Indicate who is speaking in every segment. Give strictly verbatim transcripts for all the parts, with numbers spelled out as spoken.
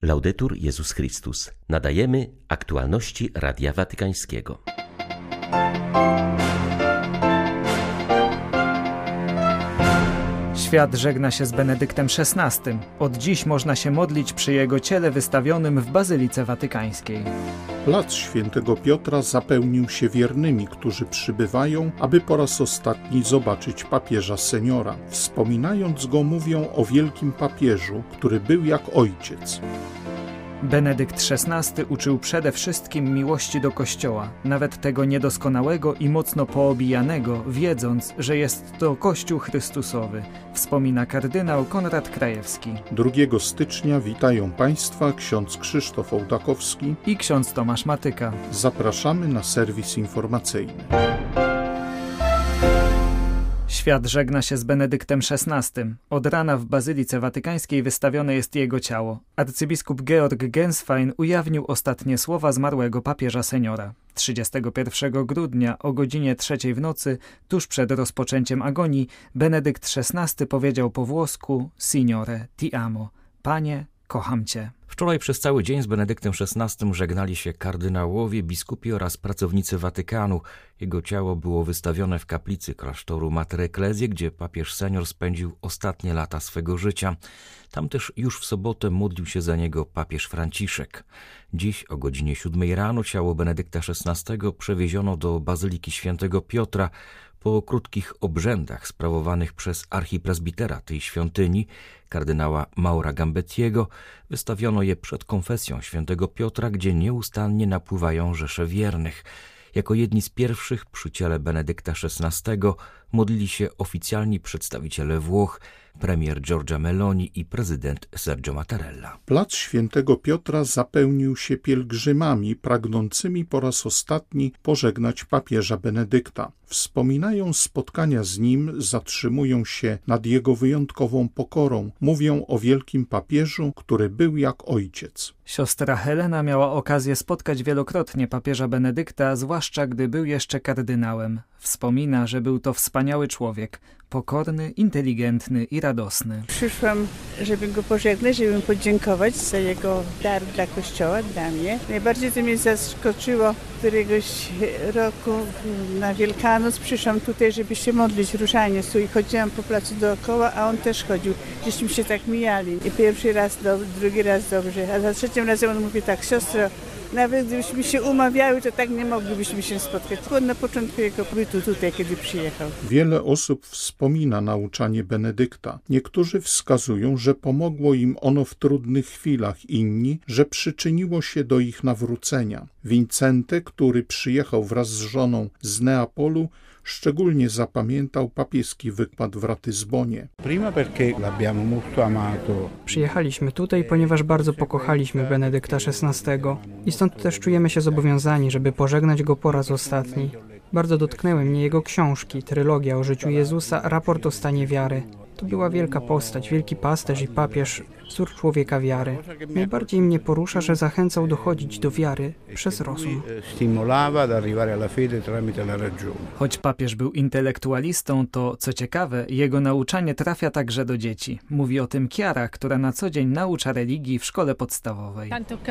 Speaker 1: Laudetur Jezus Chrystus. Nadajemy aktualności Radia Watykańskiego.
Speaker 2: Świat żegna się z Benedyktem szesnastym. Od dziś można się modlić przy jego ciele wystawionym w Bazylice Watykańskiej.
Speaker 3: Plac Świętego Piotra zapełnił się wiernymi, którzy przybywają, aby po raz ostatni zobaczyć papieża seniora. Wspominając go, mówią o wielkim papieżu, który był jak ojciec.
Speaker 2: Benedykt szesnasty uczył przede wszystkim miłości do Kościoła, nawet tego niedoskonałego i mocno poobijanego, wiedząc, że jest to Kościół Chrystusowy, wspomina kardynał Konrad Krajewski.
Speaker 3: drugiego stycznia witają Państwa ksiądz Krzysztof Ołdakowski
Speaker 2: i ksiądz Tomasz Matyka.
Speaker 3: Zapraszamy na serwis informacyjny.
Speaker 2: Świat żegna się z Benedyktem szesnastym. Od rana w Bazylice Watykańskiej wystawione jest jego ciało. Arcybiskup Georg Genswein ujawnił ostatnie słowa zmarłego papieża seniora. trzydziestego pierwszego grudnia o godzinie trzeciej w nocy, tuż przed rozpoczęciem agonii, Benedykt szesnasty powiedział po włosku: Signore, ti amo. Panie, kocham Cię.
Speaker 4: Wczoraj przez cały dzień z Benedyktem szesnastym żegnali się kardynałowie, biskupi oraz pracownicy Watykanu. Jego ciało było wystawione w kaplicy klasztoru Mater Ecclesiae, gdzie papież senior spędził ostatnie lata swego życia. Tam też już w sobotę modlił się za niego papież Franciszek. Dziś o godzinie siódmej rano ciało Benedykta szesnastego przewieziono do Bazyliki Świętego Piotra. Po krótkich obrzędach sprawowanych przez archipresbitera tej świątyni, kardynała Maura Gambettiego, wystawiono je przed konfesją Świętego Piotra, gdzie nieustannie napływają rzesze wiernych. Jako jedni z pierwszych przy ciele Benedykta szesnastego modlili się oficjalni przedstawiciele Włoch, premier Giorgia Meloni i prezydent Sergio Mattarella.
Speaker 3: Plac Świętego Piotra zapełnił się pielgrzymami pragnącymi po raz ostatni pożegnać papieża Benedykta. Wspominają spotkania z nim, zatrzymują się nad jego wyjątkową pokorą, mówią o wielkim papieżu, który był jak ojciec.
Speaker 2: Siostra Helena miała okazję spotkać wielokrotnie papieża Benedykta, zwłaszcza gdy był jeszcze kardynałem. Wspomina, że był to wspaniały człowiek, pokorny, inteligentny i radosny.
Speaker 5: Przyszłam, żeby go pożegnać, żeby mu podziękować za jego dar dla Kościoła, dla mnie. Najbardziej to mnie zaskoczyło któregoś roku na Wielkanoc. Przyszłam tutaj, żeby się modlić różaniec i chodziłam po placu dookoła, a on też chodził. Gdzieśmy się tak mijali. I pierwszy raz dobrze, drugi raz dobrze, a za trzecim razem on mówi tak: siostro, nawet gdybyśmy się umawiały, to tak nie moglibyśmy się spotkać. Było na początku jego pobytu tutaj, kiedy przyjechał.
Speaker 3: Wiele osób wspomina nauczanie Benedykta. Niektórzy wskazują, że pomogło im ono w trudnych chwilach, inni, że przyczyniło się do ich nawrócenia. Vincente, który przyjechał wraz z żoną z Neapolu, szczególnie zapamiętał papieski wykład w Ratyzbonie.
Speaker 6: Przyjechaliśmy tutaj, ponieważ bardzo pokochaliśmy Benedykta szesnastego i stąd też czujemy się zobowiązani, żeby pożegnać go po raz ostatni. Bardzo dotknęły mnie jego książki, trylogia o życiu Jezusa, raport o stanie wiary. To była wielka postać, wielki pasterz i papież, wzór człowieka wiary. Najbardziej mnie porusza, że zachęcał dochodzić do wiary przez rozum.
Speaker 2: Choć papież był intelektualistą, to, co ciekawe, jego nauczanie trafia także do dzieci. Mówi o tym Chiara, która na co dzień naucza religii w szkole podstawowej.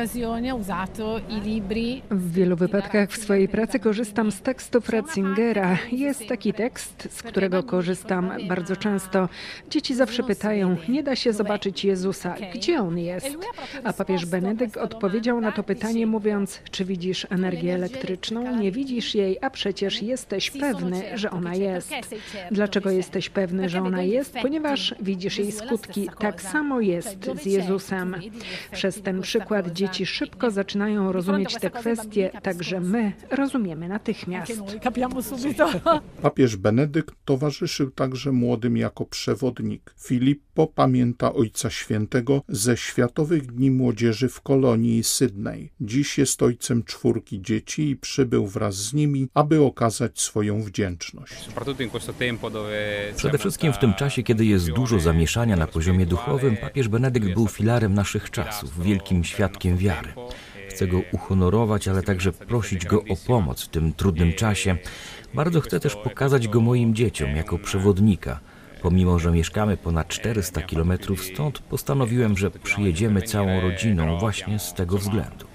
Speaker 7: W wielu wypadkach w swojej pracy korzystam z tekstów Ratzingera. Jest taki tekst, z którego korzystam bardzo często. Dzieci zawsze pytają: nie da się zobaczyć Jezusa, gdzie On jest? A papież Benedykt odpowiedział na to pytanie mówiąc: czy widzisz energię elektryczną? Nie widzisz jej, a przecież jesteś pewny, że ona jest. Dlaczego jesteś pewny, że ona jest? Ponieważ widzisz jej skutki. Tak samo jest z Jezusem. Przez ten przykład dzieci szybko zaczynają rozumieć te kwestie, także my rozumiemy natychmiast.
Speaker 3: Papież Benedykt towarzyszył także młodym jako przewodnik. Filippo pamięta Ojca Świętego ze Światowych Dni Młodzieży w Kolonii Sydney. Dziś jest ojcem czwórki dzieci i przybył wraz z nimi, aby okazać swoją wdzięczność.
Speaker 4: Przede wszystkim w tym czasie, kiedy jest dużo zamieszania na poziomie duchowym, papież Benedykt był filarem naszych czasów, wielkim świadkiem wiary. Chcę go uhonorować, ale także prosić go o pomoc w tym trudnym czasie. Bardzo chcę też pokazać go moim dzieciom jako przewodnika. pomimo że mieszkamy ponad czterysta kilometrów stąd, postanowiłem, że przyjedziemy całą rodziną właśnie z tego względu.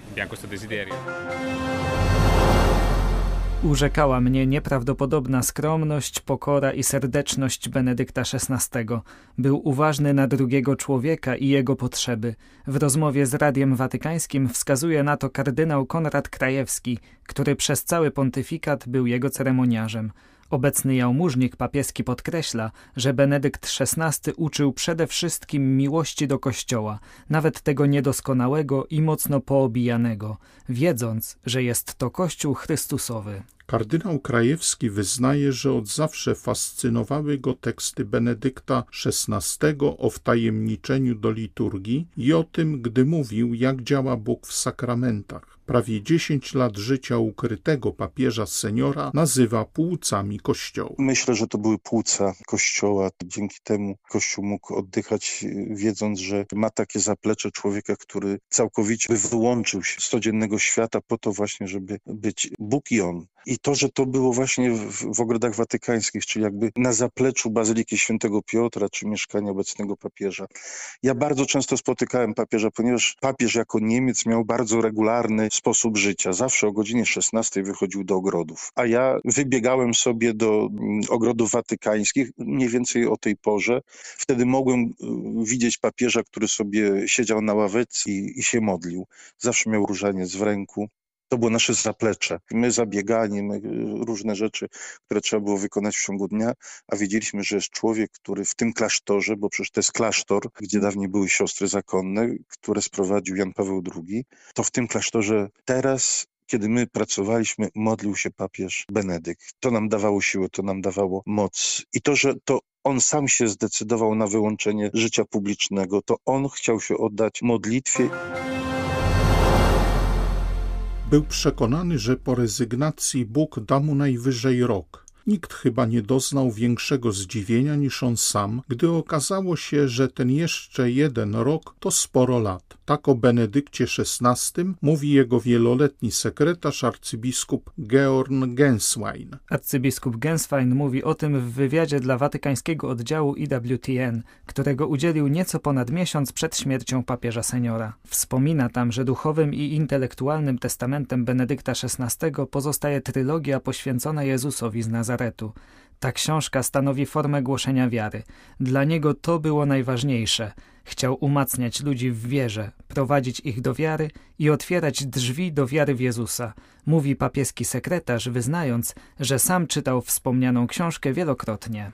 Speaker 2: Urzekała mnie nieprawdopodobna skromność, pokora i serdeczność Benedykta szesnastego. Był uważny na drugiego człowieka i jego potrzeby. W rozmowie z Radiem Watykańskim wskazuje na to kardynał Konrad Krajewski, który przez cały pontyfikat był jego ceremoniarzem. Obecny jałmużnik papieski podkreśla, że Benedykt szesnasty uczył przede wszystkim miłości do Kościoła, nawet tego niedoskonałego i mocno poobijanego, wiedząc, że jest to Kościół Chrystusowy.
Speaker 3: Kardynał Krajewski wyznaje, że od zawsze fascynowały go teksty Benedykta szesnastego o wtajemniczeniu do liturgii i o tym, gdy mówił, jak działa Bóg w sakramentach. Prawie dziesięć lat życia ukrytego papieża seniora nazywa płucami Kościoła.
Speaker 8: Myślę, że to były płuca Kościoła. Dzięki temu Kościół mógł oddychać, wiedząc, że ma takie zaplecze człowieka, który całkowicie wyłączył się z codziennego świata po to właśnie, żeby być Bóg i on. I to, że to było właśnie w, w ogrodach watykańskich, czyli jakby na zapleczu Bazyliki Świętego Piotra, czy mieszkania obecnego papieża. Ja bardzo często spotykałem papieża, ponieważ papież jako Niemiec miał bardzo regularny sposób życia. Zawsze o godzinie szesnastej wychodził do ogrodów. A ja wybiegałem sobie do ogrodów watykańskich mniej więcej o tej porze. Wtedy mogłem widzieć papieża, który sobie siedział na ławeczce i, i się modlił. Zawsze miał różaniec w ręku. To było nasze zaplecze. My zabiegani, my różne rzeczy, które trzeba było wykonać w ciągu dnia, a wiedzieliśmy, że jest człowiek, który w tym klasztorze, bo przecież to jest klasztor, gdzie dawniej były siostry zakonne, które sprowadził Jan Paweł drugi, to w tym klasztorze teraz, kiedy my pracowaliśmy, modlił się papież Benedykt. To nam dawało siłę, to nam dawało moc. I to, że to on sam się zdecydował na wyłączenie życia publicznego, to on chciał się oddać modlitwie.
Speaker 3: Był przekonany, że po rezygnacji Bóg da mu najwyżej rok. Nikt chyba nie doznał większego zdziwienia niż on sam, gdy okazało się, że ten jeszcze jeden rok to sporo lat. Tak o Benedykcie szesnastym mówi jego wieloletni sekretarz arcybiskup Georg Genswein.
Speaker 2: Arcybiskup Genswein mówi o tym w wywiadzie dla watykańskiego oddziału I W T N, którego udzielił nieco ponad miesiąc przed śmiercią papieża seniora. Wspomina tam, że duchowym i intelektualnym testamentem Benedykta szesnastego pozostaje trylogia poświęcona Jezusowi z Nazaretu. Ta książka stanowi formę głoszenia wiary. Dla niego to było najważniejsze. Chciał umacniać ludzi w wierze, prowadzić ich do wiary i otwierać drzwi do wiary w Jezusa, mówi papieski sekretarz, wyznając, że sam czytał wspomnianą książkę wielokrotnie.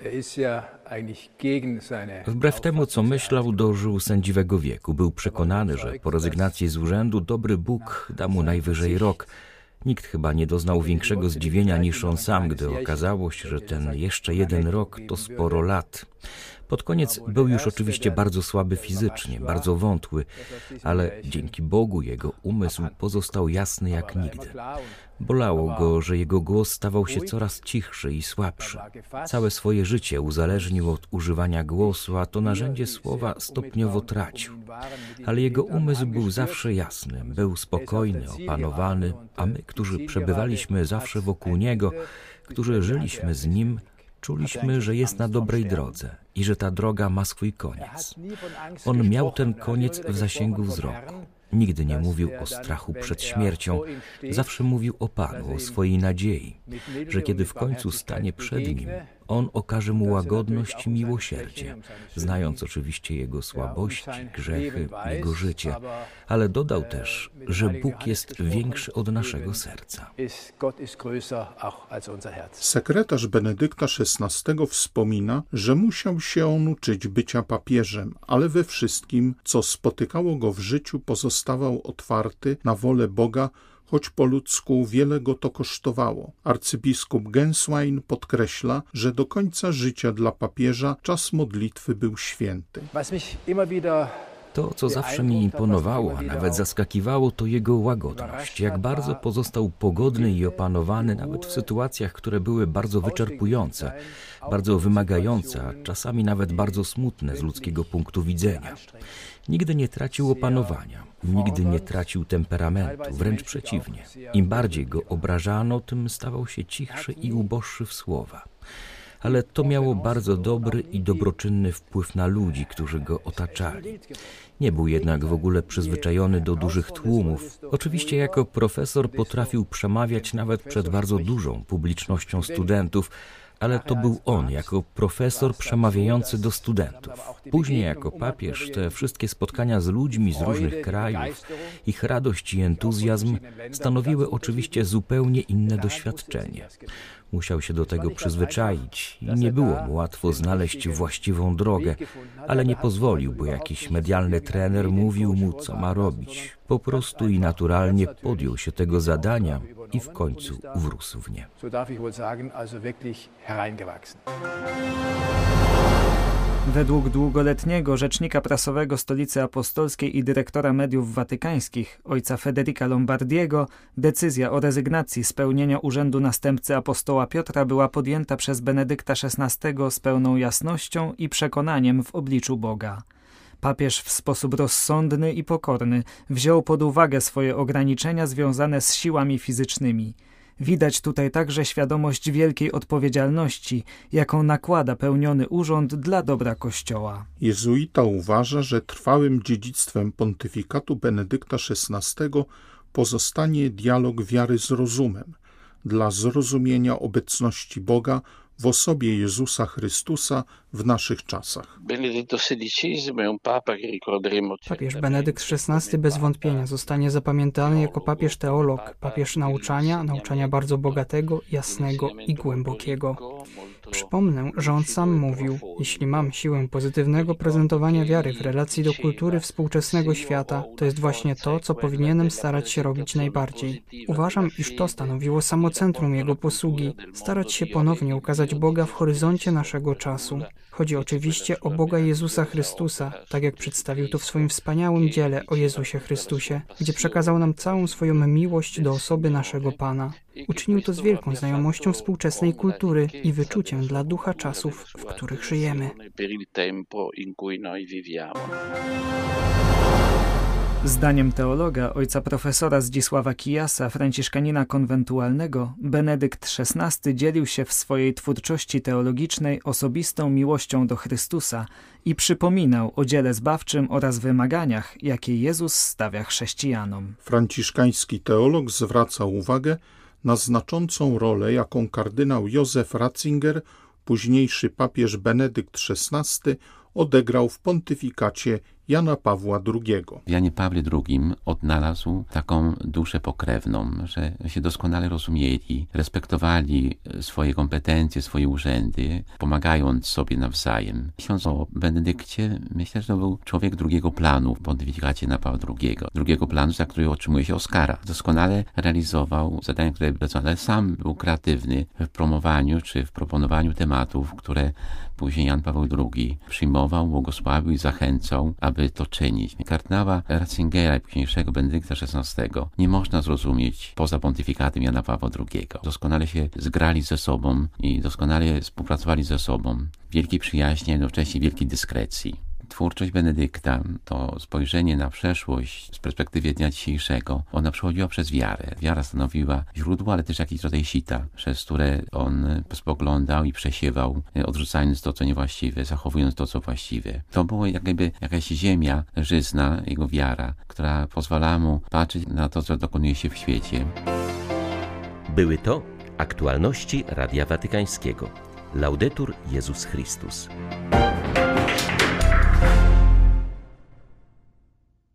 Speaker 4: Wbrew temu, co myślał, dożył sędziwego wieku. Był przekonany, że po rezygnacji z urzędu dobry Bóg da mu najwyżej rok. Nikt chyba nie doznał większego zdziwienia niż on sam, gdy okazało się, że ten jeszcze jeden rok to sporo lat. Pod koniec był już oczywiście bardzo słaby fizycznie, bardzo wątły, ale dzięki Bogu jego umysł pozostał jasny jak nigdy. Bolało go, że jego głos stawał się coraz cichszy i słabszy. Całe swoje życie uzależnił od używania głosu, a to narzędzie słowa stopniowo tracił. Ale jego umysł był zawsze jasny, był spokojny, opanowany, a my, którzy przebywaliśmy zawsze wokół niego, którzy żyliśmy z nim, czuliśmy, że jest na dobrej drodze i że ta droga ma swój koniec. On miał ten koniec w zasięgu wzroku. Nigdy nie mówił o strachu przed śmiercią, zawsze mówił o Panu, o swojej nadziei, że kiedy w końcu stanie przed Nim, On okaże mu łagodność i miłosierdzie, znając oczywiście jego słabości, grzechy, jego życie, ale dodał też, że Bóg jest większy od naszego serca.
Speaker 3: Sekretarz Benedykta szesnastego wspomina, że musiał się on uczyć bycia papieżem, ale we wszystkim, co spotykało go w życiu, pozostawał otwarty na wolę Boga, choć po ludzku wiele go to kosztowało. Arcybiskup Genswein podkreśla, że do końca życia dla papieża czas modlitwy był święty.
Speaker 4: To, co zawsze mi imponowało, a nawet zaskakiwało, to jego łagodność. Jak bardzo pozostał pogodny i opanowany, nawet w sytuacjach, które były bardzo wyczerpujące, bardzo wymagające, a czasami nawet bardzo smutne z ludzkiego punktu widzenia. Nigdy nie tracił opanowania, nigdy nie tracił temperamentu, wręcz przeciwnie. Im bardziej go obrażano, tym stawał się cichszy i uboższy w słowa. ale to miało bardzo dobry i dobroczynny wpływ na ludzi, którzy go otaczali. Nie był jednak w ogóle przyzwyczajony do dużych tłumów. Oczywiście jako profesor potrafił przemawiać nawet przed bardzo dużą publicznością studentów, ale to był on jako profesor przemawiający do studentów. Później jako papież te wszystkie spotkania z ludźmi z różnych krajów, ich radość i entuzjazm stanowiły oczywiście zupełnie inne doświadczenie. Musiał się do tego przyzwyczaić i nie było mu łatwo znaleźć właściwą drogę, ale nie pozwolił, by jakiś medialny trener mówił mu, co ma robić. Po prostu i naturalnie podjął się tego zadania i w końcu wrósł w nie.
Speaker 2: Według długoletniego rzecznika prasowego Stolicy Apostolskiej i dyrektora mediów watykańskich, ojca Federica Lombardiego, decyzja o rezygnacji z pełnienia urzędu następcy apostoła Piotra była podjęta przez Benedykta szesnastego z pełną jasnością i przekonaniem w obliczu Boga. Papież w sposób rozsądny i pokorny wziął pod uwagę swoje ograniczenia związane z siłami fizycznymi. Widać tutaj także świadomość wielkiej odpowiedzialności, jaką nakłada pełniony urząd dla dobra Kościoła.
Speaker 3: Jezuita uważa, że trwałym dziedzictwem pontyfikatu Benedykta szesnastego pozostanie dialog wiary z rozumem, dla zrozumienia obecności Boga w osobie Jezusa Chrystusa w naszych czasach.
Speaker 6: Papież Benedykt szesnasty bez wątpienia zostanie zapamiętany jako papież teolog, papież nauczania, nauczania bardzo bogatego, jasnego i głębokiego. Przypomnę, że on sam mówił, jeśli mam siłę pozytywnego prezentowania wiary w relacji do kultury współczesnego świata, to jest właśnie to, co powinienem starać się robić najbardziej. Uważam, iż to stanowiło samo centrum jego posługi, starać się ponownie ukazać Boga w horyzoncie naszego czasu. Chodzi oczywiście o Boga Jezusa Chrystusa, tak jak przedstawił to w swoim wspaniałym dziele o Jezusie Chrystusie, gdzie przekazał nam całą swoją miłość do osoby naszego Pana. Uczynił to z wielką znajomością współczesnej kultury i wyczuciem dla ducha czasów, w których żyjemy.
Speaker 2: Zdaniem teologa, ojca profesora Zdzisława Kijasa, franciszkanina konwentualnego, Benedykt szesnasty dzielił się w swojej twórczości teologicznej osobistą miłością do Chrystusa i przypominał o dziele zbawczym oraz wymaganiach, jakie Jezus stawia chrześcijanom.
Speaker 3: Franciszkański teolog zwraca uwagę na znaczącą rolę, jaką kardynał Józef Ratzinger, późniejszy papież Benedykt szesnasty, odegrał w pontyfikacie Jana Pawła drugiego.
Speaker 9: W Janie Pawle drugim odnalazł taką duszę pokrewną, że się doskonale rozumieli, respektowali swoje kompetencje, swoje urzędy, pomagając sobie nawzajem. Myśląc o Benedykcie, myślę, że to był człowiek drugiego planu w pontyfikacie Jana Pawła drugiego. Drugiego planu, za który otrzymuje się Oscara. Doskonale realizował zadania, które zlecone, ale sam był kreatywny w promowaniu czy w proponowaniu tematów, które później Jan Paweł drugi przyjmował, błogosławił i zachęcał, aby to czynić. Kardynała Ratzingera i późniejszego Benedykta szesnastego nie można zrozumieć poza pontyfikatem Jana Pawła drugiego. Doskonale się zgrali ze sobą i doskonale współpracowali ze sobą. Wielkiej przyjaźni, jednocześnie wielkiej dyskrecji. Twórczość Benedykta, to spojrzenie na przeszłość z perspektywy dnia dzisiejszego, ona przechodziła przez wiarę. Wiara stanowiła źródło, ale też jakiś rodzaj sita, przez które on spoglądał i przesiewał, odrzucając to, co niewłaściwe, zachowując to, co właściwe. To było jakby jakaś ziemia żyzna, jego wiara, która pozwalała mu patrzeć na to, co dokonuje się w świecie.
Speaker 1: Były to aktualności Radia Watykańskiego. Laudetur Jezus Chrystus.